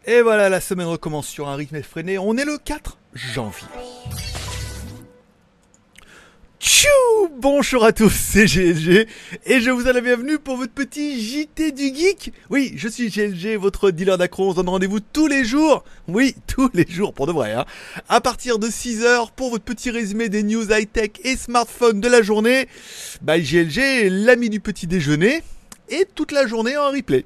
Et voilà, la semaine recommence sur un rythme effréné. On est le 4 janvier. Tchou! Bonjour à tous, c'est GLG et je vous donne la bienvenue pour votre petit JT du Geek. Oui, je suis GLG, votre dealer d'accro. On se donne rendez-vous tous les jours. Oui, tous les jours pour de vrai. À partir de 6h pour votre petit résumé des news high-tech et smartphones de la journée. GLG, l'ami du petit déjeuner et toute la journée en replay.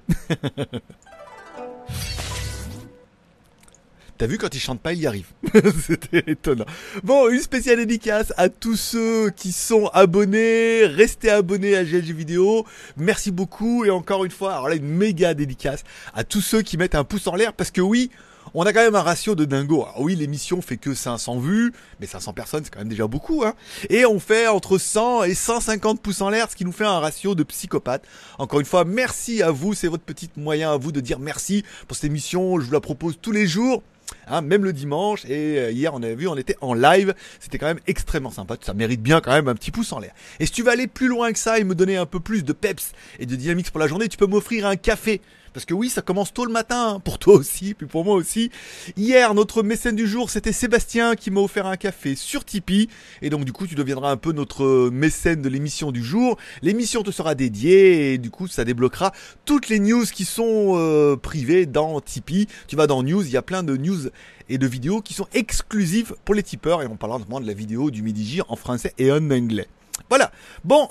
T'as vu, quand il chante pas, il y arrive. C'était étonnant. Bon, une spéciale dédicace à tous ceux qui sont abonnés. Restez abonnés à GLG Vidéo. Merci beaucoup. Et encore une fois, alors là, une méga dédicace à tous ceux qui mettent un pouce en l'air. Parce que oui, on a quand même un ratio de dingo. Alors oui, l'émission fait que 500 vues. Mais 500 personnes, c'est quand même déjà beaucoup. Et on fait entre 100 et 150 pouces en l'air. Ce qui nous fait un ratio de psychopathe. Encore une fois, merci à vous. C'est votre petit moyen à vous de dire merci pour cette émission. Je vous la propose tous les jours. Même le dimanche, et hier on avait vu, on était en live, c'était quand même extrêmement sympa, ça mérite bien quand même un petit pouce en l'air. Et si tu veux aller plus loin que ça et me donner un peu plus de peps et de dynamique pour la journée, tu peux m'offrir un café. Parce que oui, ça commence tôt le matin, pour toi aussi, puis pour moi aussi. Hier, notre mécène du jour, c'était Sébastien qui m'a offert un café sur Tipeee. Et donc du coup, tu deviendras un peu notre mécène de l'émission du jour. L'émission te sera dédiée et du coup, ça débloquera toutes les news qui sont privées dans Tipeee. Tu vas dans News, il y a plein de news et de vidéos qui sont exclusives pour les tipeurs. Et on parlera notamment de la vidéo du Midi J en français et en anglais. Voilà, bon,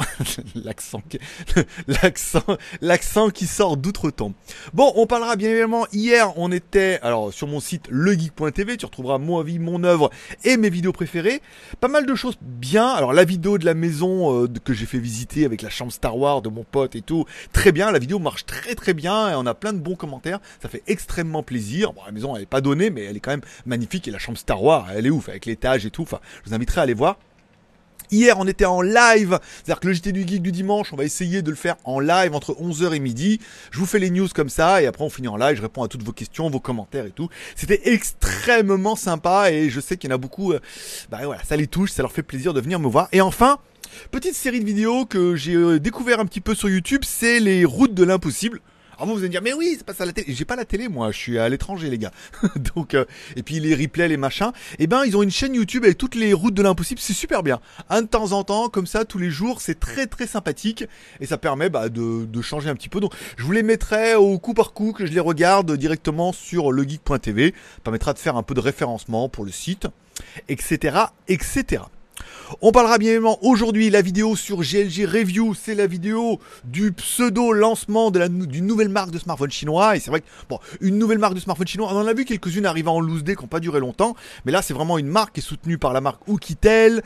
l'accent qui sort d'outre-tombe. Bon, on parlera bien évidemment, hier on était, alors sur mon site legeek.tv, tu retrouveras mon avis, mon œuvre et mes vidéos préférées. Pas mal de choses bien, alors la vidéo de la maison que j'ai fait visiter avec la chambre Star Wars de mon pote et tout, très bien, la vidéo marche très très bien et on a plein de bons commentaires, ça fait extrêmement plaisir. Bon, la maison elle est pas donnée mais elle est quand même magnifique et la chambre Star Wars elle est ouf avec l'étage et tout, enfin je vous inviterai à aller voir. Hier, on était en live, c'est-à-dire que le JT du Geek du dimanche, on va essayer de le faire en live entre 11h et midi. Je vous fais les news comme ça, et après on finit en live, je réponds à toutes vos questions, vos commentaires et tout. C'était extrêmement sympa, et je sais qu'il y en a beaucoup, voilà, ça les touche, ça leur fait plaisir de venir me voir. Et enfin, petite série de vidéos que j'ai découvert un petit peu sur YouTube, c'est les routes de l'impossible. Alors vous allez me dire, mais oui, c'est pas ça à la télé. J'ai pas la télé, moi, je suis à l'étranger, les gars. Donc, et puis les replays, les machins. Eh ben, ils ont une chaîne YouTube avec toutes les routes de l'impossible. C'est super bien. Un de temps en temps, comme ça, tous les jours, c'est très très sympathique et ça permet de changer un petit peu. Donc, je vous les mettrai au coup par coup que je les regarde directement sur legeek.tv. Ça permettra de faire un peu de référencement pour le site, etc., etc. On parlera bien évidemment aujourd'hui la vidéo sur GLG Review, c'est la vidéo du pseudo lancement d'une nouvelle marque de smartphone chinois. Et c'est vrai que, bon, une nouvelle marque de smartphone chinois, on en a vu quelques-unes arriver en loose day qui n'ont pas duré longtemps, mais là c'est vraiment une marque qui est soutenue par la marque Oukitel.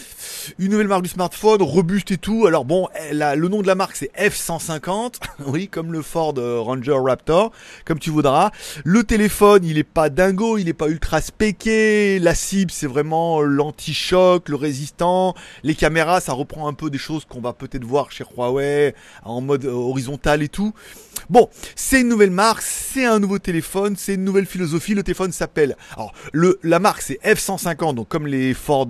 Une nouvelle marque du smartphone, robuste et tout. Alors bon, le nom de la marque c'est F150, oui, comme le Ford Ranger Raptor, comme tu voudras. Le téléphone, il est pas dingo, il est pas ultra spéqué. La cible, c'est vraiment l'anti-choc, le résistant. Les caméras, ça reprend un peu des choses qu'on va peut-être voir chez Huawei en mode horizontal et tout. Bon, c'est une nouvelle marque, c'est un nouveau téléphone, c'est une nouvelle philosophie. Le téléphone s'appelle, alors la marque c'est F150, donc comme les Ford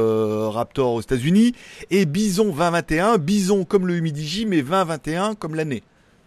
Raptor aux États-Unis, et Bison 2021, Bison comme le Midi J, mais 2021 comme l'année.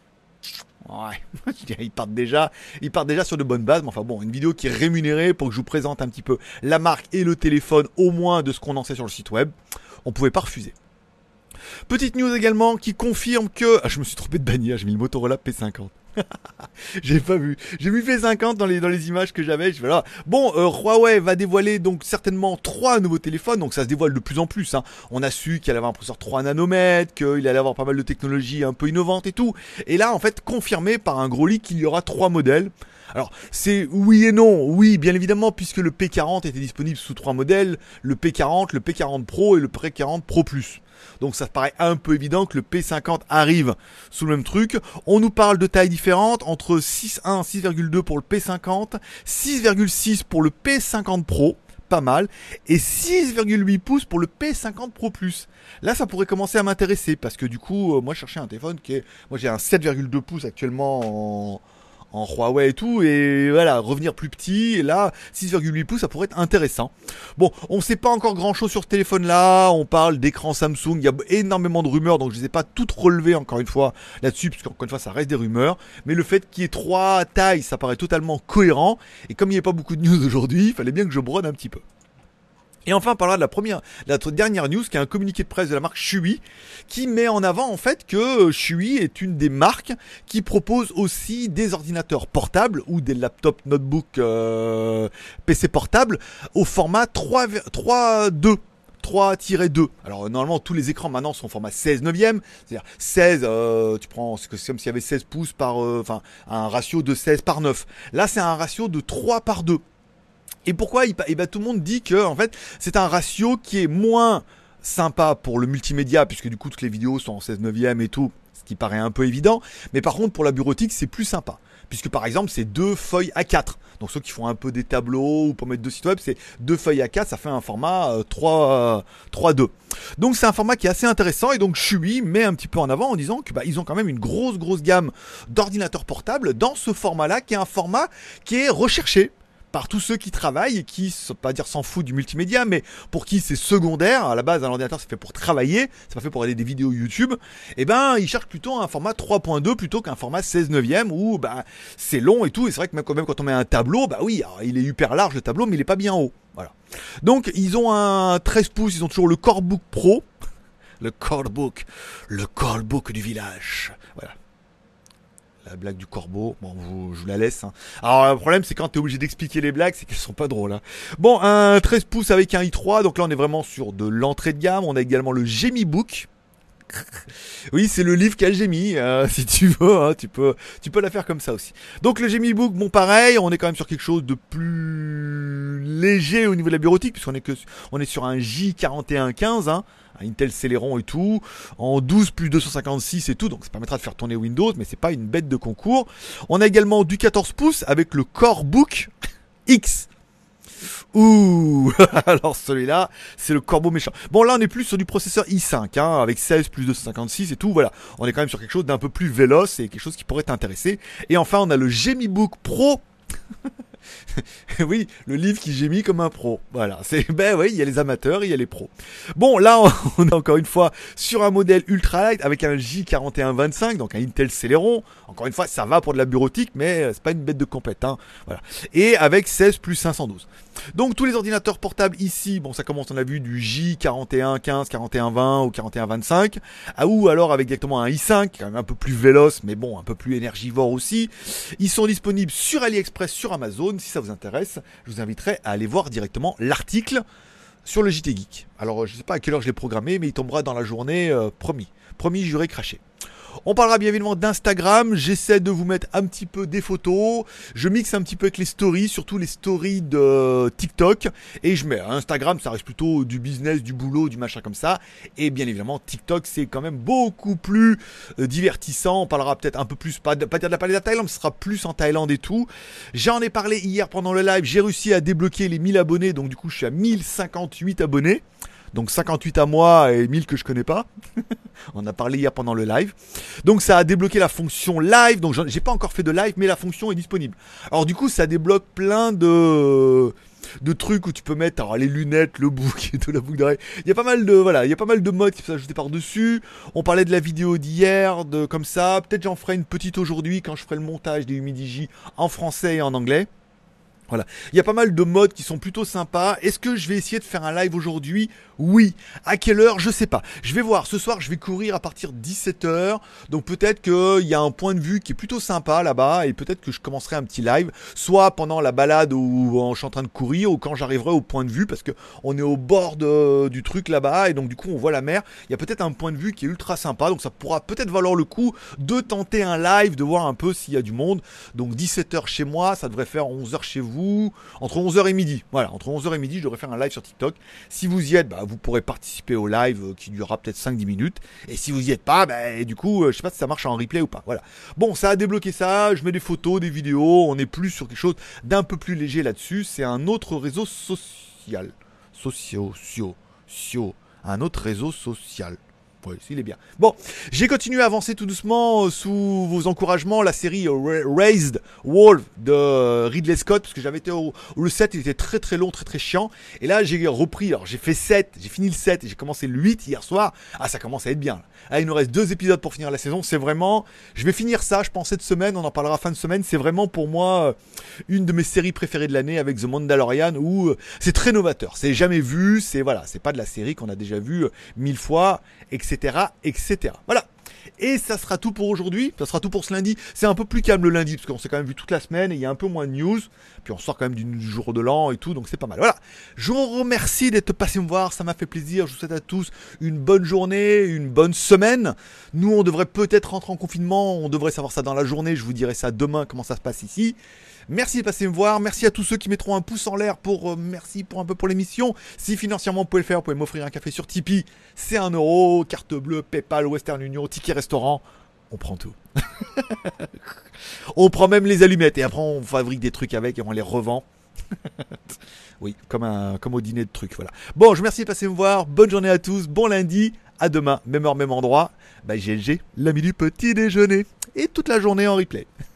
Ouais, ils partent déjà sur de bonnes bases, mais enfin bon, une vidéo qui est rémunérée pour que je vous présente un petit peu la marque et le téléphone, au moins de ce qu'on en sait sur le site web. On pouvait pas refuser. Petite news également qui confirme que... Ah, je me suis trompé de bannière, j'ai mis le Motorola P50. J'ai pas vu. J'ai mis P50 dans les images que j'avais. Voilà. Bon, Huawei va dévoiler donc certainement 3 nouveaux téléphones. Donc ça se dévoile de plus en plus. On a su qu'il allait avoir un processeur 3 nanomètres, qu'il allait avoir pas mal de technologies un peu innovantes et tout. Et là, en fait, confirmé par un gros leak qu'il y aura 3 modèles. Alors, c'est oui et non. Oui, bien évidemment, puisque le P40 était disponible sous 3 modèles. Le P40, le P40 Pro et le P40 Pro Plus. Donc ça paraît un peu évident que le P50 arrive sous le même truc. On nous parle de tailles différentes, entre 6.1, 6.2 pour le P50, 6.6 pour le P50 Pro, pas mal, et 6.8 pouces pour le P50 Pro Plus. Là ça pourrait commencer à m'intéresser, parce que du coup, moi je cherchais un téléphone qui est... Moi j'ai un 7.2 pouces actuellement en Huawei et tout, et voilà, revenir plus petit, et là, 6,8 pouces, ça pourrait être intéressant. Bon, on sait pas encore grand chose sur ce téléphone-là, on parle d'écran Samsung, il y a énormément de rumeurs, donc je les ai pas toutes relevées encore une fois là-dessus, parce qu'encore une fois, ça reste des rumeurs, mais le fait qu'il y ait 3 tailles, ça paraît totalement cohérent, et comme il n'y a pas beaucoup de news aujourd'hui, il fallait bien que je brode un petit peu. Et enfin, on parlera de la dernière news, qui est un communiqué de presse de la marque Shui, qui met en avant en fait que Shui est une des marques qui propose aussi des ordinateurs portables ou des laptops notebook PC portables au format 3,2. 3-2. Alors normalement tous les écrans maintenant sont au format 16 neuvième, c'est-à-dire 16, tu prends, c'est comme s'il y avait 16 pouces par, enfin un ratio de 16 par 9. Là c'est un ratio de 3 par 2. Et pourquoi tout le monde dit que en fait c'est un ratio qui est moins sympa pour le multimédia, puisque du coup toutes les vidéos sont en 16 neuvième et tout, ce qui paraît un peu évident, mais par contre pour la bureautique c'est plus sympa, puisque par exemple c'est 2 feuilles A4, donc ceux qui font un peu des tableaux ou pour mettre 2 sites web, c'est 2 feuilles A4, ça fait un format 3,2. Donc c'est un format qui est assez intéressant, et donc Shui met un petit peu en avant en disant que ils ont quand même une grosse gamme d'ordinateurs portables dans ce format là, qui est un format qui est recherché par tous ceux qui travaillent et qui, pas dire s'en foutent du multimédia, mais pour qui c'est secondaire. À la base, un ordinateur c'est fait pour travailler, c'est pas fait pour regarder des vidéos YouTube. Et ils cherchent plutôt un format 3.2 plutôt qu'un format 16 neuvième où c'est long et tout. Et c'est vrai que même quand on met un tableau, oui, alors, il est hyper large le tableau, mais il est pas bien haut. Voilà. Donc ils ont un 13 pouces, ils ont toujours le Corebook Pro, le Corebook du village. Voilà. La blague du corbeau, bon, je vous la laisse. Hein. Alors, le problème, c'est quand t'es obligé d'expliquer les blagues, c'est qu'elles sont pas drôles. Hein. Bon, un 13 pouces avec un i3, donc là, on est vraiment sur de l'entrée de gamme. On a également le Gemmy Book. Oui, c'est le livre qu'a Gemmy. Si tu veux, hein, tu peux la faire comme ça aussi. Donc, le Gemmy Book, bon, pareil, on est quand même sur quelque chose de plus léger au niveau de la bureautique, puisqu'on est sur un J4115, hein. Un Intel Celeron et tout, en 12 plus 256 et tout, donc ça permettra de faire tourner Windows, mais c'est pas une bête de concours. On a également du 14 pouces avec le Corebook X. Ouh, alors celui-là, c'est le corbeau méchant. Bon, là, on est plus sur du processeur i5, hein, avec 16 plus 256 et tout, voilà. On est quand même sur quelque chose d'un peu plus véloce et quelque chose qui pourrait t'intéresser. Et enfin, on a le Gemmy Book Pro. Oui, le livre qui gémit comme un pro. Voilà, oui, il y a les amateurs, il y a les pros. Bon, là, on est encore une fois sur un modèle ultra light avec un J4125, donc un Intel Celeron. Encore une fois, ça va pour de la bureautique, mais c'est pas une bête de compète, hein. Voilà. Et avec 16 plus 512. Donc tous les ordinateurs portables ici, bon, ça commence, on a vu du J4115, 4120 ou 4125, ou alors avec directement un i5, quand même un peu plus véloce, mais bon, un peu plus énergivore aussi. Ils sont disponibles sur AliExpress, sur Amazon. Si ça vous intéresse, je vous inviterai à aller voir directement l'article sur le JT Geek. Alors, je sais pas à quelle heure je l'ai programmé, mais il tombera dans la journée, promis. Promis, juré, craché. On parlera bien évidemment d'Instagram, j'essaie de vous mettre un petit peu des photos, je mixe un petit peu avec les stories, surtout les stories de TikTok, et je mets Instagram, ça reste plutôt du business, du boulot, du machin comme ça, et bien évidemment TikTok c'est quand même beaucoup plus divertissant, on parlera peut-être un peu plus, pas dire de la palette de la Thaïlande, ce sera plus en Thaïlande et tout. J'en ai parlé hier pendant le live, j'ai réussi à débloquer les 1000 abonnés, donc du coup je suis à 1058 abonnés. Donc 58 à moi et 1000 que je connais pas. On a parlé hier pendant le live. Donc ça a débloqué la fonction live. Donc j'ai pas encore fait de live, mais la fonction est disponible. Alors du coup ça débloque plein de trucs où tu peux mettre les lunettes, le bouc et tout, la boucle d'oreille. Il y a pas mal de modes qui peuvent s'ajouter par-dessus. On parlait de la vidéo d'hier, comme ça. Peut-être j'en ferai une petite aujourd'hui quand je ferai le montage des Humidigi en français et en anglais. Voilà, il y a pas mal de modes qui sont plutôt sympas. Est-ce que je vais essayer de faire un live aujourd'hui? Oui. À quelle heure? Je sais pas. Je vais voir. Ce soir, je vais courir à partir de 17h. Donc peut-être qu'il y a un point de vue qui est plutôt sympa là-bas. Et peut-être que je commencerai un petit live. Soit pendant la balade où je suis en train de courir. Ou quand j'arriverai au point de vue. Parce qu'on est au bord du truc là-bas. Et donc du coup, on voit la mer. Il y a peut-être un point de vue qui est ultra sympa. Donc ça pourra peut-être valoir le coup de tenter un live. De voir un peu s'il y a du monde. Donc 17h chez moi. Ça devrait faire 11h chez vous. Entre 11h et midi. Voilà, entre 11h et midi, je devrais faire un live sur TikTok. Si vous y êtes, vous pourrez participer au live qui durera peut-être 5-10 minutes. Et si vous y êtes pas, du coup, je sais pas si ça marche en replay ou pas. Voilà. Bon, ça a débloqué ça. Je mets des photos, des vidéos. On est plus sur quelque chose d'un peu plus léger là-dessus. C'est un autre réseau social. Un autre réseau social. Oui, il est bien. Bon, j'ai continué à avancer tout doucement sous vos encouragements. La série Raised Wolf de Ridley Scott, parce que j'avais été au le 7, il était très très long, très très chiant. Et là, j'ai repris. Alors, j'ai fait 7, j'ai fini le 7 et j'ai commencé le 8 hier soir. Ah, ça commence à être bien. Là. Ah, il nous reste 2 épisodes pour finir la saison. C'est vraiment. Je vais finir ça, je pense, cette semaine. On en parlera fin de semaine. C'est vraiment pour moi une de mes séries préférées de l'année avec The Mandalorian où c'est très novateur. C'est jamais vu. C'est voilà, c'est pas de la série qu'on a déjà vue 1000 fois, etc. etc. Voilà. Et ça sera tout pour aujourd'hui, ça sera tout pour ce lundi. C'est un peu plus calme le lundi, parce qu'on s'est quand même vu toute la semaine, et il y a un peu moins de news. Puis on sort quand même du jour de l'an et tout, donc c'est pas mal. Voilà, je vous remercie d'être passé me voir, ça m'a fait plaisir. Je vous souhaite à tous une bonne journée, une bonne semaine. Nous, on devrait peut-être rentrer en confinement, on devrait savoir ça dans la journée. Je vous dirai ça demain, comment ça se passe ici. Merci de passer me voir, merci à tous ceux qui mettront un pouce en l'air pour merci pour un peu pour l'émission. Si financièrement vous pouvez le faire, vous pouvez m'offrir un café sur Tipeee, c'est 1 euro, carte bleue, PayPal, Western Union, ticket restaurant, on prend tout. On prend même les allumettes et après on fabrique des trucs avec et on les revend. Oui, comme au dîner de trucs, voilà. Bon, je vous remercie de passer me voir, bonne journée à tous, bon lundi, à demain, même heure, même endroit. GLG, l'ami du petit déjeuner, et toute la journée en replay.